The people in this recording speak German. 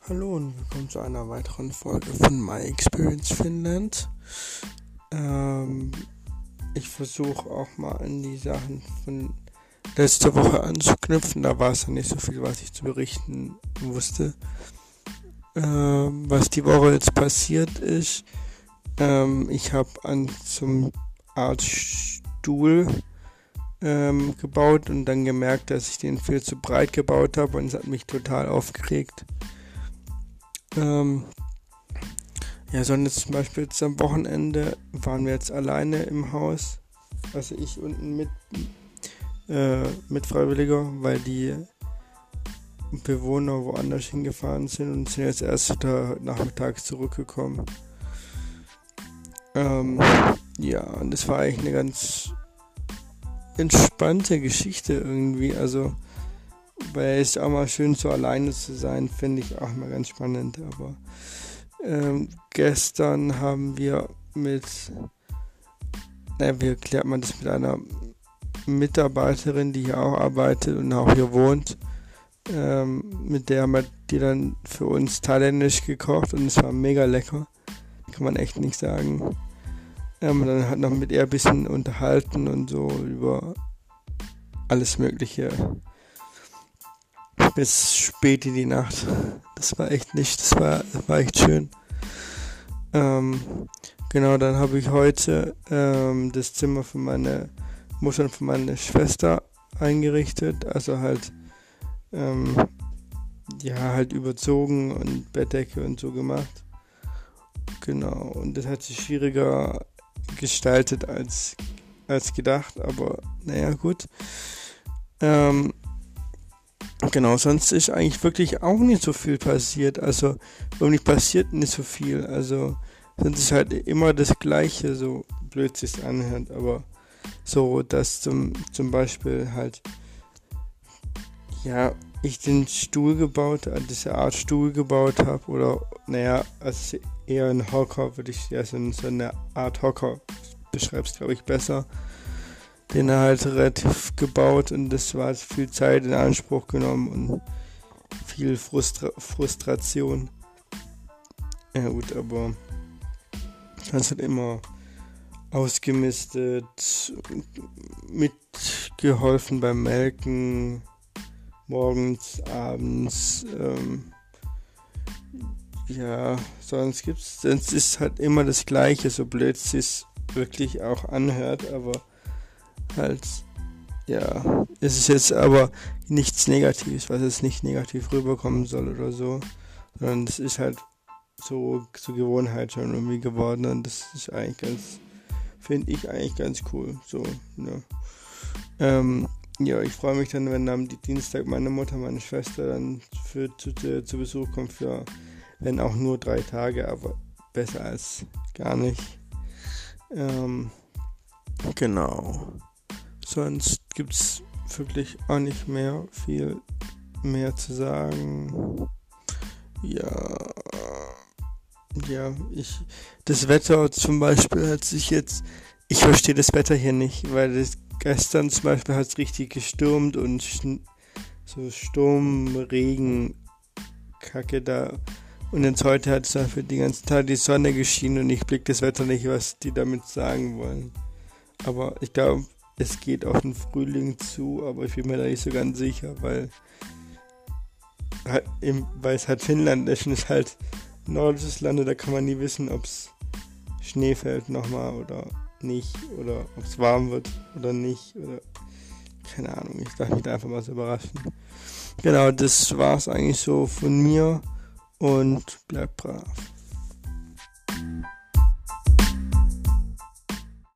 Hallo und willkommen zu einer weiteren Folge von My Experience Finland. Ich versuche auch mal an die Sachen von letzter Woche anzuknüpfen. Da war es ja nicht so viel, was ich zu berichten wusste. Was die Woche jetzt passiert ist, ich habe zum Art Stuhl gebaut und dann gemerkt, dass ich den viel zu breit gebaut habe und es hat mich total aufgeregt. Sondern jetzt zum Beispiel jetzt am Wochenende waren wir jetzt alleine im Haus, also ich unten mit Freiwilliger, weil die Bewohner woanders hingefahren sind und sind jetzt erst heute nachmittags zurückgekommen. Und das war eigentlich eine ganz entspannte Geschichte irgendwie, also weil es auch mal schön so alleine zu sein, finde ich auch mal ganz spannend, aber gestern haben wir wie erklärt man das, mit einer Mitarbeiterin, die hier auch arbeitet und auch hier wohnt, mit der haben die dann für uns thailändisch gekocht und es war mega lecker, kann man echt nicht sagen. Und dann hat noch mit ihr ein bisschen unterhalten und so über alles Mögliche bis spät in die Nacht. Das war echt echt schön. Dann habe ich heute das Zimmer für meine Mutter und für meine Schwester eingerichtet, also halt überzogen und Bettdecke und so gemacht. Genau, und das hat sich schwieriger gestaltet als gedacht, aber naja, gut. Sonst ist eigentlich wirklich auch nicht so viel passiert, also irgendwie passiert nicht so viel, also sonst ist halt immer das Gleiche, so blöd sich's anhört, aber so, dass zum Beispiel halt, ich den Stuhl gebaut, diese Art Stuhl gebaut habe, oder also eher ein Hocker, würde ich, so eine Art Hocker, beschreib's glaube ich besser, den halt relativ gebaut und das war viel Zeit in Anspruch genommen und viel Frustration. Ja gut, aber das hat immer ausgemistet, mitgeholfen beim Melken, morgens, abends, sonst ist halt immer das Gleiche, so blöd es sich wirklich auch anhört, aber halt, es ist jetzt aber nichts Negatives, was jetzt nicht negativ rüberkommen soll oder so, sondern das ist halt so zur Gewohnheit schon irgendwie geworden und das ist finde ich eigentlich ganz cool, so, ne. Ich freue mich dann, wenn am Dienstag meine Mutter, meine Schwester dann zu Besuch kommt für, wenn auch nur 3 Tage, aber besser als gar nicht. Genau. Sonst gibt's wirklich auch nicht mehr viel mehr zu sagen. Das Wetter zum Beispiel ich verstehe das Wetter hier nicht, weil gestern zum Beispiel hat es richtig gestürmt und so Sturm, Regen, Kacke da. Und jetzt heute hat es dafür den ganzen Tag die Sonne geschienen und ich blick das Wetter nicht, was die damit sagen wollen. Aber ich glaube, es geht auf den Frühling zu, aber ich bin mir da nicht so ganz sicher, weil es halt Finnland ist und es halt nordisches Land, da kann man nie wissen, ob es Schnee fällt nochmal oder nicht, oder ob es warm wird oder nicht, oder keine Ahnung, ich darf mich da einfach mal so überraschen. Genau, das war's eigentlich so von mir und bleibt brav.